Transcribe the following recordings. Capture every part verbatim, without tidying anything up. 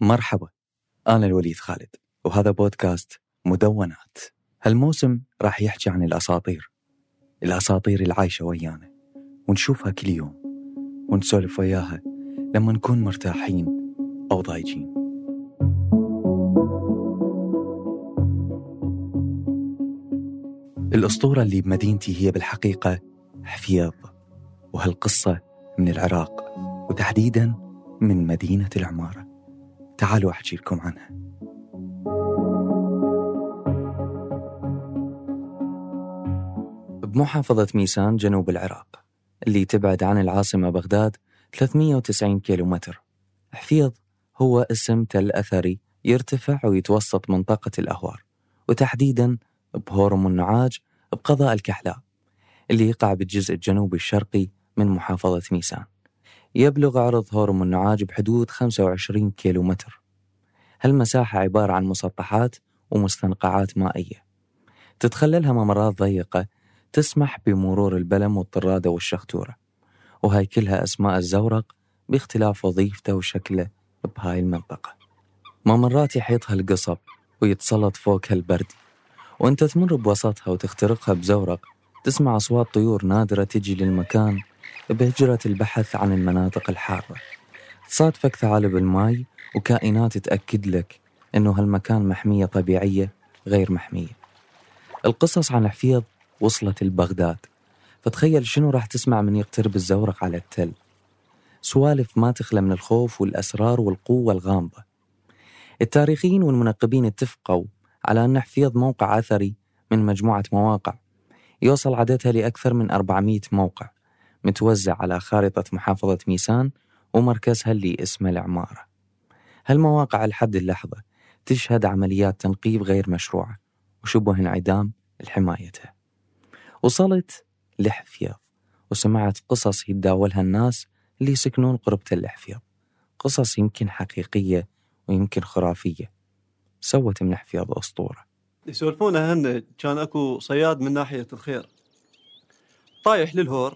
مرحبا، أنا الوليد خالد وهذا بودكاست مدونات. هالموسم راح يحكي عن الأساطير الأساطير العايشة ويانا ونشوفها كل يوم ونسولف وياها لما نكون مرتاحين أو ضايجين. الأسطورة اللي بمدينتي هي بالحقيقة حفيظ، وهالقصة من العراق وتحديداً من مدينة العمارة. تعالوا أحكي لكم عنها. بمحافظة ميسان جنوب العراق اللي تبعد عن العاصمة بغداد ثلاثمئة وتسعين كيلومتر، حفيظ هو اسم تل أثري يرتفع ويتوسط منطقة الأهوار، وتحديداً بهورم النعاج بقضاء الكحلاء اللي يقع بالجزء الجنوبي الشرقي من محافظة ميسان. يبلغ عرض هورم النعاج بحدود خمسة وعشرين كيلومتر. هالمساحة عبارة عن مسطحات ومستنقعات مائية تتخللها ممرات ضيقة تسمح بمرور البلم والطرادة والشختورة، وهاي كلها أسماء الزورق باختلاف وظيفته وشكله بهاي المنطقة. ممرات يحيطها القصب ويتسلط فوقها البردي، وانت تمر بوسطها وتخترقها بزورق تسمع أصوات طيور نادرة تجي للمكان بهجرة البحث عن المناطق الحارة. تصادفك ثعالب الماي وكائنات تأكد لك أنه هالمكان محمية طبيعية غير محمية. القصص عن حفيظ وصلت لبغداد، فتخيل شنو راح تسمع من يقترب الزورق على التل. سوالف ما تخلى من الخوف والأسرار والقوة الغامضة. التاريخيين والمنقبين اتفقوا على أن حفيظ موقع أثري من مجموعة مواقع يوصل عددها لأكثر من أربعمئة موقع متوزع على خارطة محافظة ميسان ومركزها اللي اسمه العمارة. هالمواقع لحد اللحظة تشهد عمليات تنقيب غير مشروعة وشبه انعدام لحمايتها. وصلت لحفيظ وسمعت قصص يتداولها الناس اللي يسكنون قرب تل حفيظ، قصص يمكن حقيقية ويمكن خرافية. سوت من حفيظ أسطورة. يسولفونها هن كان أكو صياد من ناحية الخير طايح للهور،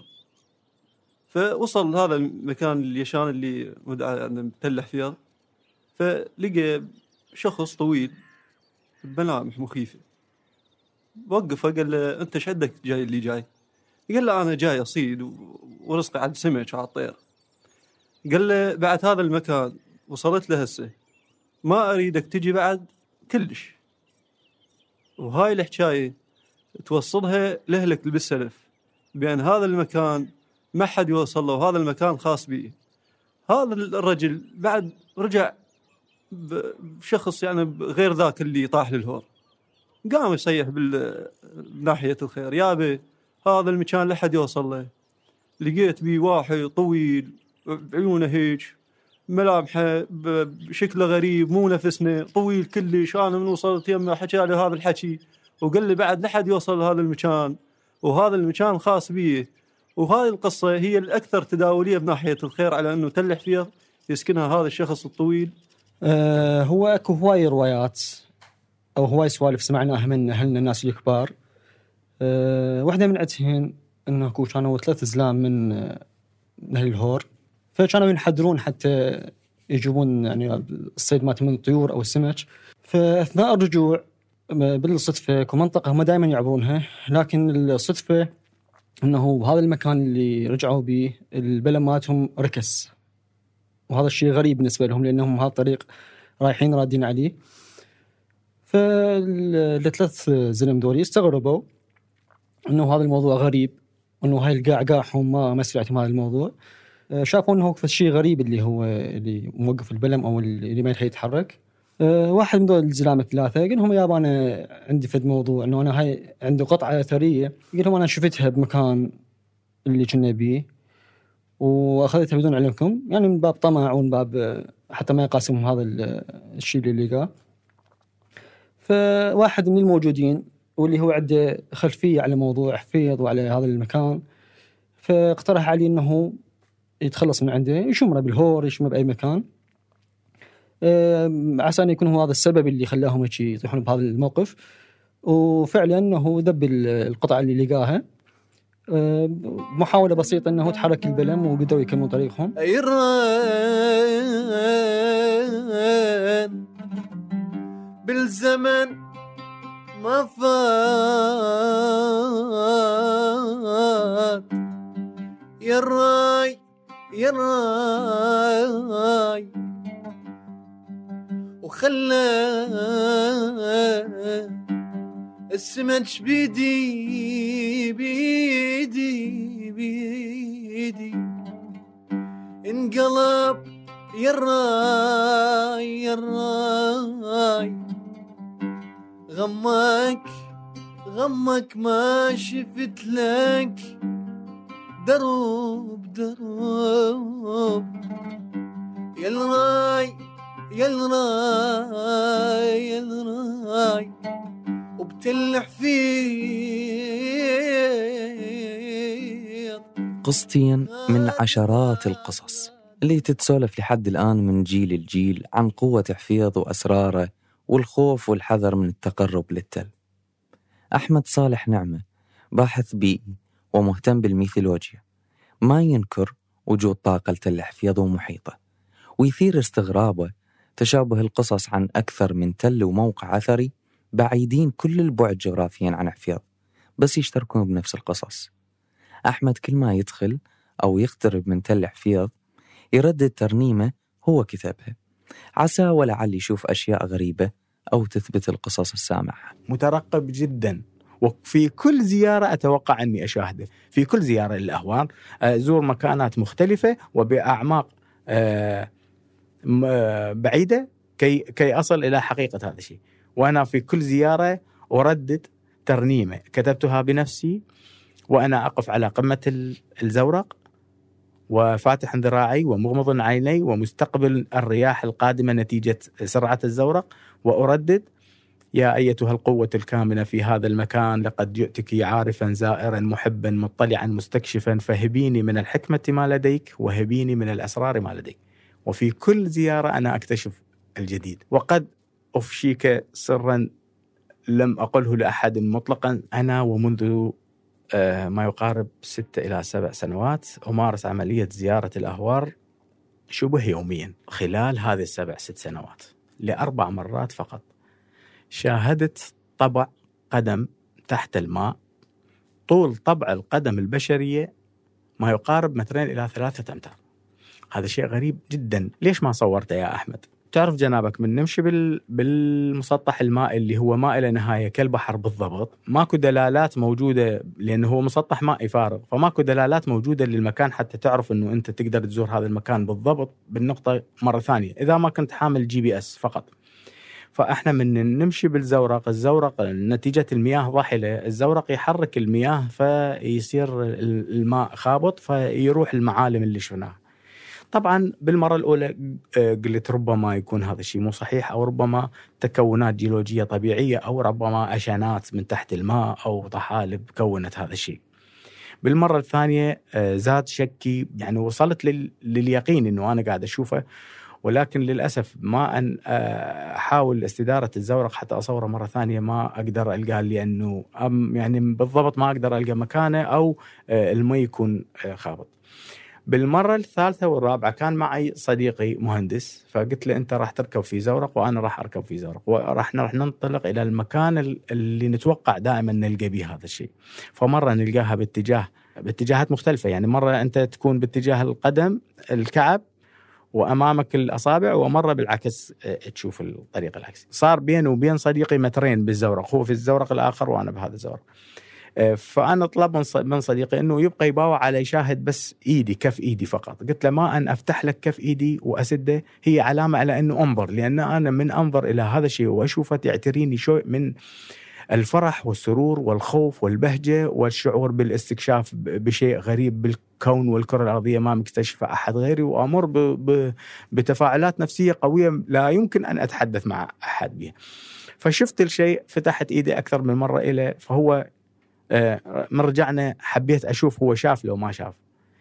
فوصل هذا المكان اليشان اللي مدعى تل حفيظ، فلقى شخص طويل بملامح مخيفة. وقف قال له أنت ايش عندك جاي اللي جاي؟ قال له أنا جاي أصيد ورزقي على السمك على الطير. قال له بعد هذا المكان وصلت له هسه ما أريدك تجي بعد كلش، وهاي الحكاية توصلها لأهلك بالسلف بأن هذا المكان ما حد يوصل له وهذا المكان خاص به. هذا الرجل بعد رجع بشخص يعني غير ذاك اللي طاح للهور، قام يصيح بالناحية الخير يابي هذا المكان لحد يوصل له. لقيت بيه واحد طويل بعيونه هيك ملامحه بشكل غريب مو نفسنا طويل كلش. أنا من وصلت يمه حكى لي هذا الحكي وقال لي بعد لحد يوصل هذا المكان وهذا المكان خاص بيه. وهذه القصة هي الأكثر تداولية بناحية الخير على أنه تل حفيظ يسكنها هذا الشخص الطويل. أه هو أكو هواي روايات أو هواي سوالف سمعناها من أهلنا الناس الكبار. أه واحدة من عدهن أنه كانوا ثلاث أزلام من أهل الهور، فكانوا ينحدرون حتى يجيبون يعني الصيد مات من الطيور أو السمك. فأثناء الرجوع بالصدفة كمنطقة هم دائما يعبرونها، لكن الصدفة أنه هذا المكان اللي رجعوا به البلم ماتهم ركس، وهذا الشيء غريب بالنسبة لهم لأنهم هذا الطريق رايحين رادين عليه. فالثلاث زلم دولي استغربوا أنه هذا الموضوع غريب، أنه هاي القاع قاعهم ما ما سمعتهم هذا الموضوع. شافوا أنه في شيء غريب اللي هو اللي موقف البلم أو اللي ما يتحرك. واحد من دول الزلامة الثلاثة قال لهم يابا أنا عندي فد موضوع أنه أنا هاي عنده قطعة أثرية، قال لهم أنا شفتها بمكان اللي كنا بيه وأخذتها بدون علمكم، يعني من باب طمع ومن باب حتى ما يقاسمهم هذا الشيء اللي لقاه. فواحد من الموجودين واللي هو عنده خلفية على موضوع حفيظ وعلى هذا المكان فاقترح عليه أنه يتخلص من عنده يشمره بالهور يشمره بأي مكان، عسى أن يكون هو هذا السبب اللي خلاهم يطيحون بهذا الموقف. وفعلا أنه دب القطعة اللي لقاها محاولة بسيطة أنه تحرك البلم وقدروا يكملوا طريقهم. والزمن ما فات يا الراي يا الراي وخلى السمنش بيدي بيدي بيدي انقلب يا الراي يا الراي غمك غمك ما شفت لك دروب دروب يا الراي يا الراي يا الراي وبتلح فيه. قسطين من عشرات القصص اللي تتسولف لحد الآن من جيل الجيل عن قوة حفيظ وأسراره والخوف والحذر من التقرب للتل. أحمد صالح نعمة باحث بيئي ومهتم بالميثولوجيا، ما ينكر وجود طاقة لتل حفيظ ومحيطه، ويثير استغرابه تشابه القصص عن أكثر من تل وموقع أثري بعيدين كل البعد جغرافيا عن حفيظ، بس يشتركون بنفس القصص. أحمد كل ما يدخل أو يقترب من تل حفيظ يردد ترنيمة هو كتبها، عسى ولعل يشوف أشياء غريبة أو تثبت القصص السامعة. مترقب جدا، وفي كل زيارة أتوقع أني أشاهده. في كل زيارة للأهوار أزور مكانات مختلفة وبأعماق بعيدة كي كي أصل إلى حقيقة هذا الشيء. وأنا في كل زيارة أردد ترنيمة كتبتها بنفسي وأنا أقف على قمة الزورق وفاتح ذراعي ومغمض عيني ومستقبل الرياح القادمة نتيجة سرعة الزورق، وأردد: يا أيتها القوة الكامنة في هذا المكان، لقد جئتك عارفا زائرا محبا مطلعا مستكشفا، فهبيني من الحكمة ما لديك وهبيني من الأسرار ما لديك. وفي كل زيارة أنا أكتشف الجديد. وقد أفشيك سرا لم أقله لأحد مطلقا، أنا ومنذ ما يقارب ستة إلى سبع سنوات أمارس عملية زيارة الأهوار شبه يوميا. خلال هذه السبع ست سنوات لأربع مرات فقط شاهدت طبع قدم تحت الماء، طول طبع القدم البشرية ما يقارب مترين إلى ثلاثة أمتار. هذا شيء غريب جدا. ليش ما صورته يا أحمد؟ تعرف جنابك من نمشي بال... بالمسطح المائي اللي هو ما إلى نهاية كالبحر بالضبط، ماكو دلالات موجودة لأنه هو مسطح مائي فارغ، فماكو دلالات موجودة للمكان حتى تعرف أنه أنت تقدر تزور هذا المكان بالضبط بالنقطة مرة ثانية إذا ما كنت حامل جي بي أس فقط. فإحنا من نمشي بالزورق، الزورق نتيجة المياه ضحلة، الزورق يحرك المياه فيصير الماء خابط فيروح المعالم اللي شفناها. طبعا بالمرة الأولى قلت ربما يكون هذا الشيء مو صحيح، أو ربما تكونات جيولوجية طبيعية، أو ربما أشانات من تحت الماء أو طحالب كونت هذا الشيء. بالمرة الثانية زاد شكي، يعني وصلت لليقين أنه أنا قاعد أشوفه، ولكن للأسف ما أن أحاول استدارة الزورق حتى أصوره مرة ثانية ما أقدر ألقاه، لأنه يعني بالضبط ما أقدر ألقى مكانه أو الماء يكون خابط. بالمرة الثالثة والرابعة كان معي صديقي مهندس، فقلت له أنت راح تركب في زورق وأنا راح أركب في زورق، وراح راح ننطلق إلى المكان اللي نتوقع دائما نلقى به هذا الشيء. فمرة نلقاها باتجاه باتجاهات مختلفة، يعني مرة أنت تكون باتجاه القدم الكعب وأمامك الأصابع، ومرة بالعكس تشوف الطريق العكسي. صار بينه وبين صديقي مترين بالزورق، هو في الزورق الآخر وأنا بهذا الزورق. فأنا طلب من صديقي أنه يبقى يباوع على يشاهد بس إيدي، كف إيدي فقط. قلت له ما أن أفتح لك كف إيدي وأسده هي علامة على أنه أنظر، لأن أنا من أنظر إلى هذا الشيء وأشوفه يعتريني شيء من الفرح والسرور والخوف والبهجة والشعور بالاستكشاف بشيء غريب بالكون والكرة الأرضية ما مكتشفة أحد غيري، وأمر ب... ب... بتفاعلات نفسية قوية لا يمكن أن أتحدث مع أحد بها. فشفت الشيء، فتحت إيدي أكثر من مرة إليه، فهو من رجعنا حبيت أشوف هو شاف لو ما شاف،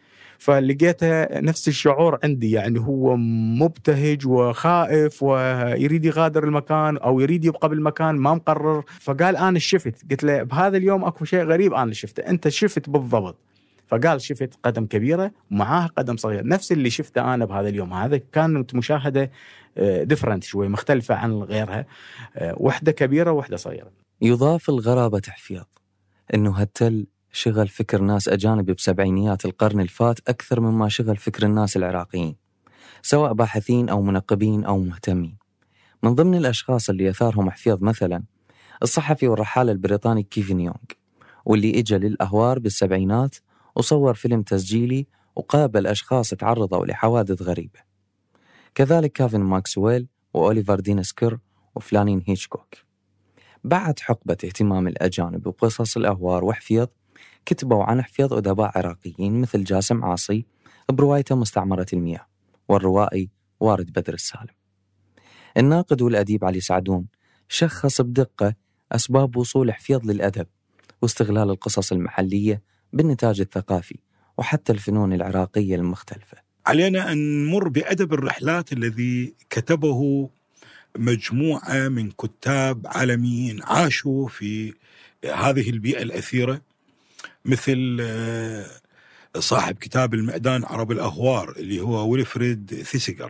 فلقيته نفس الشعور عندي، يعني هو مبتهج وخائف ويريد يغادر المكان أو يريد يبقى بالمكان ما مقرر. فقال أنا شفت. قلت له بهذا اليوم أكو شيء غريب أنا شفته. أنت شفت بالضبط، فقال شفت قدم كبيرة ومعاها قدم صغير، نفس اللي شفته أنا بهذا اليوم. هذا كانت مشاهدة ديفرنت شوي، مختلفة عن غيرها، وحدة كبيرة وحدة صغيرة. يضاف الغرابة حفيظ أنه هالتل شغل فكر ناس أجانب بسبعينيات القرن الفات أكثر مما شغل فكر الناس العراقيين، سواء باحثين أو منقبين أو مهتمين. من ضمن الأشخاص اللي أثارهم حفيظ مثلا الصحفي والرحالة البريطاني كيفن يونغ، واللي إجا للأهوار بالسبعينات وصور فيلم تسجيلي وقابل أشخاص تعرضوا لحوادث غريبة. كذلك كافن ماكسويل وأوليفر دينسكر وفلانين هيتشكوك. بعد حقبة اهتمام الأجانب بقصص الأهوار وحفيظ، كتبوا عن حفيظ أدباء عراقيين مثل جاسم عاصي بروايته مستعمرة المياه، والروائي وارد بدر السالم. الناقد والأديب علي سعدون شخص بدقة أسباب وصول حفيظ للأدب واستغلال القصص المحلية بالنتاج الثقافي وحتى الفنون العراقية المختلفة. علينا أن نمر بأدب الرحلات الذي كتبه مجموعة من كتاب عالميين عاشوا في هذه البيئة الأثيرة، مثل صاحب كتاب المعدان عرب الأهوار اللي هو ويلفريد ثيسيغر،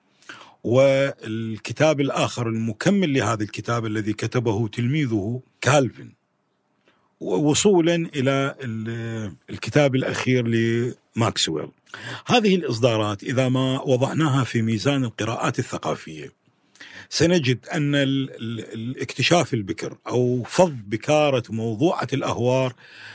والكتاب الآخر المكمل لهذا الكتاب الذي كتبه تلميذه كالفن، ووصولا إلى الكتاب الأخير لماكسويل. هذه الإصدارات إذا ما وضعناها في ميزان القراءات الثقافية سنجد أن الاكتشاف البكر أو فض بكارة موضوعة الأهوار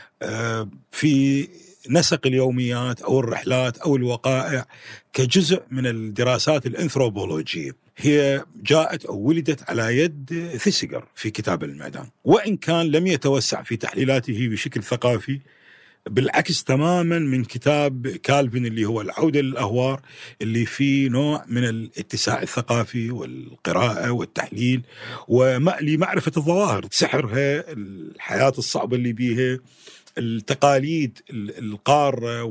في نسق اليوميات أو الرحلات أو الوقائع كجزء من الدراسات الأنثروبولوجية هي جاءت أو ولدت على يد ثيسيغر في كتاب المعدان، وإن كان لم يتوسع في تحليلاته بشكل ثقافي، بالعكس تماما من كتاب كالفن اللي هو العودة للأهوار اللي فيه نوع من الاتساع الثقافي والقراءة والتحليل ولمعرفة الظواهر، سحرها، الحياة الصعبة اللي بيها، التقاليد القارة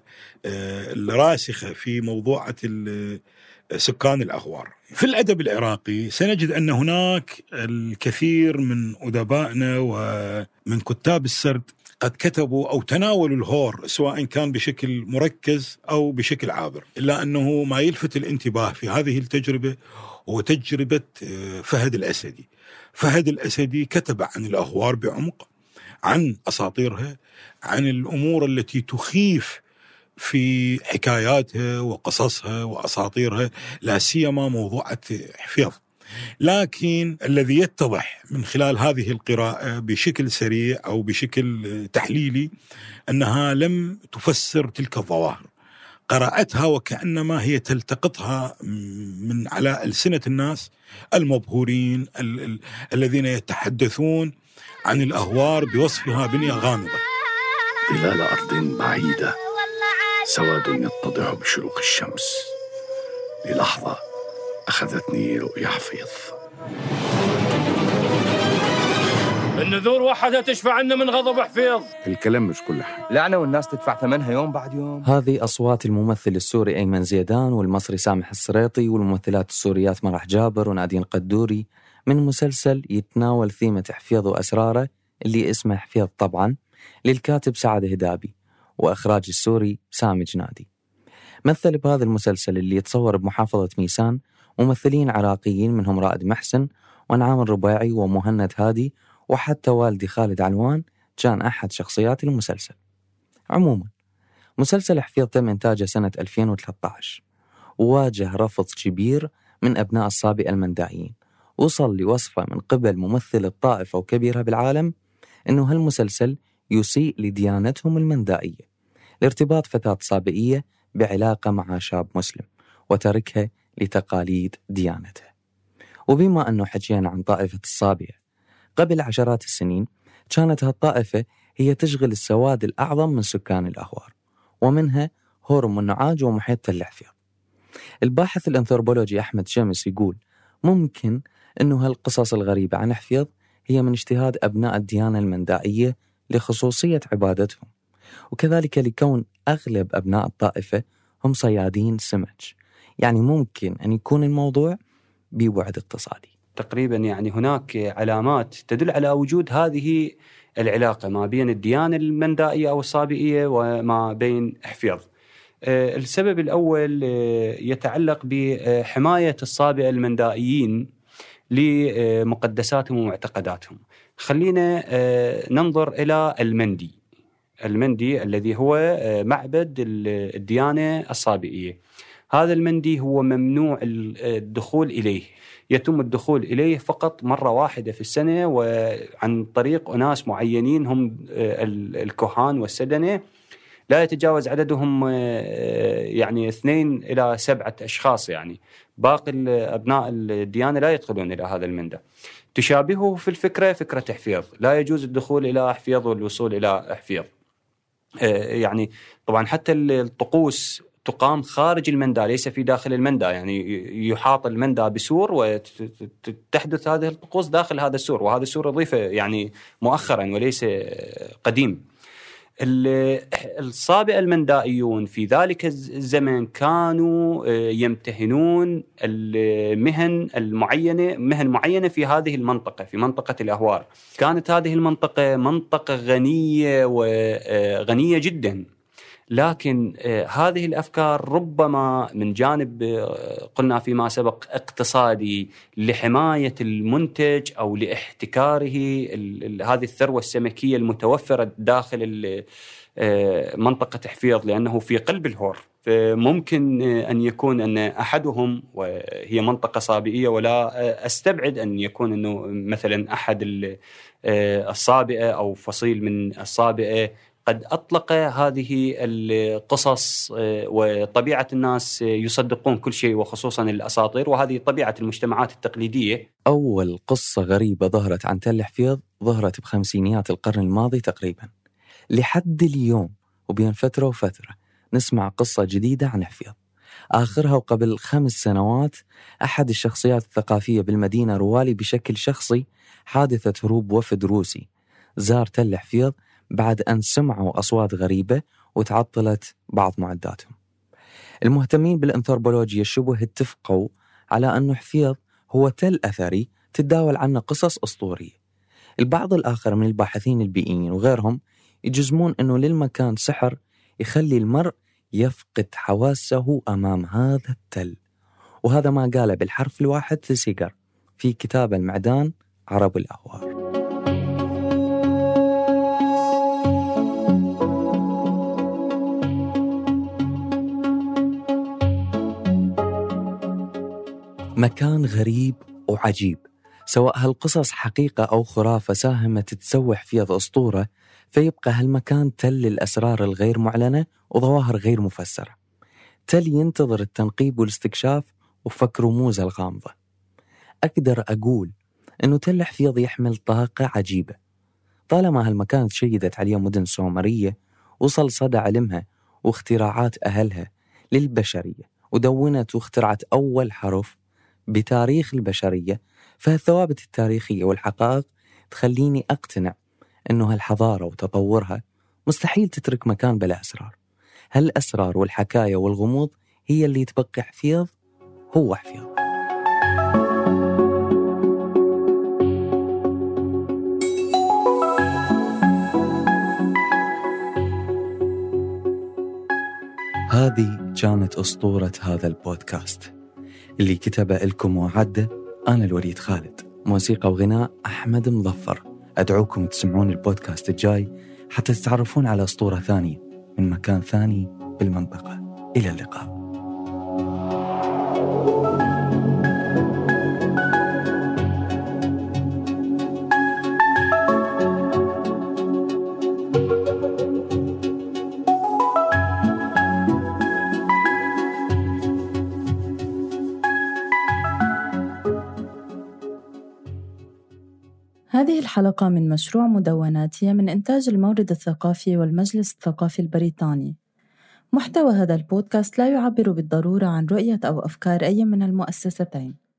والراسخة في موضوعة سكان الأهوار. في الأدب العراقي سنجد أن هناك الكثير من أدبائنا ومن كتاب السرد قد كتبوا أو تناولوا الهور سواء كان بشكل مركز أو بشكل عابر، إلا أنه ما يلفت الانتباه في هذه التجربة هو تجربة فهد الأسدي. فهد الأسدي كتب عن الأهوار بعمق، عن أساطيرها، عن الأمور التي تخيف في حكاياتها وقصصها وأساطيرها، لا سيما موضوعة حفيظ. لكن الذي يتضح من خلال هذه القراءة بشكل سريع أو بشكل تحليلي أنها لم تفسر تلك الظواهر، قرأتها وكأنما هي تلتقطها من على ألسنة الناس المبهورين ال- ال- الذين يتحدثون عن الأهوار بوصفها بنية غامضة. ظلال أرض بعيدة، سواد يتضح بشروق الشمس. للحظة أخذتني رؤيا حفيظ. النذور وحدها تشفع عنا من غضب حفيظ. الكلام مش كل حاجة، لعنة والناس تدفع ثمنها يوم بعد يوم. هذه أصوات الممثل السوري أيمن زيدان والمصري سامح السريطي والممثلات السوريات مرح جابر ونادين قدوري من مسلسل يتناول ثيمة حفيظ وأسراره اللي اسمه حفيظ طبعا، للكاتب سعد هدابي وإخراج السوري سامي جنادي. مثل بهذا المسلسل اللي يتصور بمحافظة ميسان ممثلين عراقيين منهم رائد محسن ونعام الرباعي ومهند هادي، وحتى والدي خالد علوان كان أحد شخصيات المسلسل. عموما مسلسل حفيظ تم إنتاجه سنة ألفين وثلاثة عشر وواجه رفض كبير من أبناء الصابئة المندائيين، وصل لوصفه من قبل ممثل الطائفة وكبيرها بالعالم أنه هالمسلسل يسيء لديانتهم المندائية لارتباط فتاة صابئية بعلاقة مع شاب مسلم وتركها لتقاليد ديانته. وبما أنه حكينا عن طائفة الصابئة قبل عشرات السنين، كانت هالطائفة هي تشغل السواد الأعظم من سكان الأهوار، ومنها هورم النعاج ومحيط تل حفيظ. الباحث الأنثروبولوجي أحمد شمس يقول ممكن أنه هالقصص الغريبة عن حفيظ هي من اجتهاد أبناء الديانة المندائية لخصوصية عبادتهم، وكذلك لكون أغلب أبناء الطائفة هم صيادين سمك، يعني ممكن أن يكون الموضوع ببعد اقتصادي. تقريبا يعني هناك علامات تدل على وجود هذه العلاقة ما بين الديانة المندائية أو الصابئية وما بين حفيظ. السبب الأول يتعلق بحماية الصابئة المندائيين لمقدساتهم ومعتقداتهم. خلينا ننظر إلى المندي المندي الذي هو معبد الديانة الصابئية. هذا المندي هو ممنوع الدخول إليه، يتم الدخول إليه فقط مرة واحدة في السنة وعن طريق أناس معينين هم الكهان والسدنة، لا يتجاوز عددهم يعني اثنين إلى سبعة أشخاص، يعني باقي أبناء الديانة لا يدخلون إلى هذا المندى. تشابهه في الفكرة فكرة حفيظ، لا يجوز الدخول إلى حفيظ والوصول إلى حفيظ. يعني طبعا حتى الطقوس تقام خارج المندى ليس في داخل المندى، يعني يحاط المندى بسور وتحدث هذه الطقوس داخل هذا السور، وهذا السور أضيف يعني مؤخرا وليس قديم. الصابئة المندائيون في ذلك الزمن كانوا يمتهنون المهن المعينة مهن معينة في هذه المنطقة، في منطقة الأهوار. كانت هذه المنطقة منطقة غنية وغنية جدا، لكن هذه الأفكار ربما من جانب قلنا فيما سبق اقتصادي لحماية المنتج أو لاحتكاره هذه الثروة السمكية المتوفرة داخل منطقة حفيظ، لأنه في قلب الهور، فممكن أن يكون أن أحدهم، وهي منطقة صابئية ولا أستبعد أن يكون أنه مثلا أحد الصابئة أو فصيل من الصابئة قد أطلق هذه القصص، وطبيعة الناس يصدقون كل شيء وخصوصا الأساطير، وهذه طبيعة المجتمعات التقليدية. أول قصة غريبة ظهرت عن تل حفيظ ظهرت بخمسينيات القرن الماضي تقريبا. لحد اليوم وبين فترة وفترة نسمع قصة جديدة عن حفيظ. آخرها وقبل خمس سنوات أحد الشخصيات الثقافية بالمدينة روالي بشكل شخصي حادثة هروب وفد روسي زار تل حفيظ بعد أن سمعوا أصوات غريبة وتعطلت بعض معداتهم. المهتمين بالأنثروبولوجيا الشبه اتفقوا على أنه حفيظ هو تل أثري تتداول عنه قصص أسطورية. البعض الآخر من الباحثين البيئيين وغيرهم يجزمون أنه للمكان سحر يخلي المرء يفقد حواسه أمام هذا التل، وهذا ما قاله بالحرف الواحد ثيسيغر في كتاب المعدان عرب الأهوار. مكان غريب وعجيب، سواء هالقصص حقيقة أو خرافة ساهمت تسوي حفيظ أسطورة، فيبقى هالمكان تل الأسرار الغير معلنة وظواهر غير مفسرة. تل ينتظر التنقيب والاستكشاف وفك رموز الغامضة. أقدر أقول أنه تل حفيظ يحمل طاقة عجيبة. طالما هالمكان تشيدت عليه مدن سومرية وصل صدى علمها واختراعات أهلها للبشرية، ودونت واخترعت أول حرف بتاريخ البشرية، فالثوابت التاريخية والحقائق تخليني أقتنع أنه هالحضارة وتطورها مستحيل تترك مكان بلا أسرار. هالأسرار والحكاية والغموض هي اللي تبقي حفيظ هو حفيظ. هذه كانت أسطورة هذا البودكاست اللي كتبه لكم وعده أنا الوليد خالد، موسيقى وغناء أحمد مظفر. أدعوكم تسمعون البودكاست الجاي حتى تتعرفون على أسطورة ثانية من مكان ثاني بالمنطقة. إلى اللقاء. هذه الحلقة من مشروع مدوناتية من إنتاج المورد الثقافي والمجلس الثقافي البريطاني. محتوى هذا البودكاست لا يعبر بالضرورة عن رؤية أو أفكار أي من المؤسستين.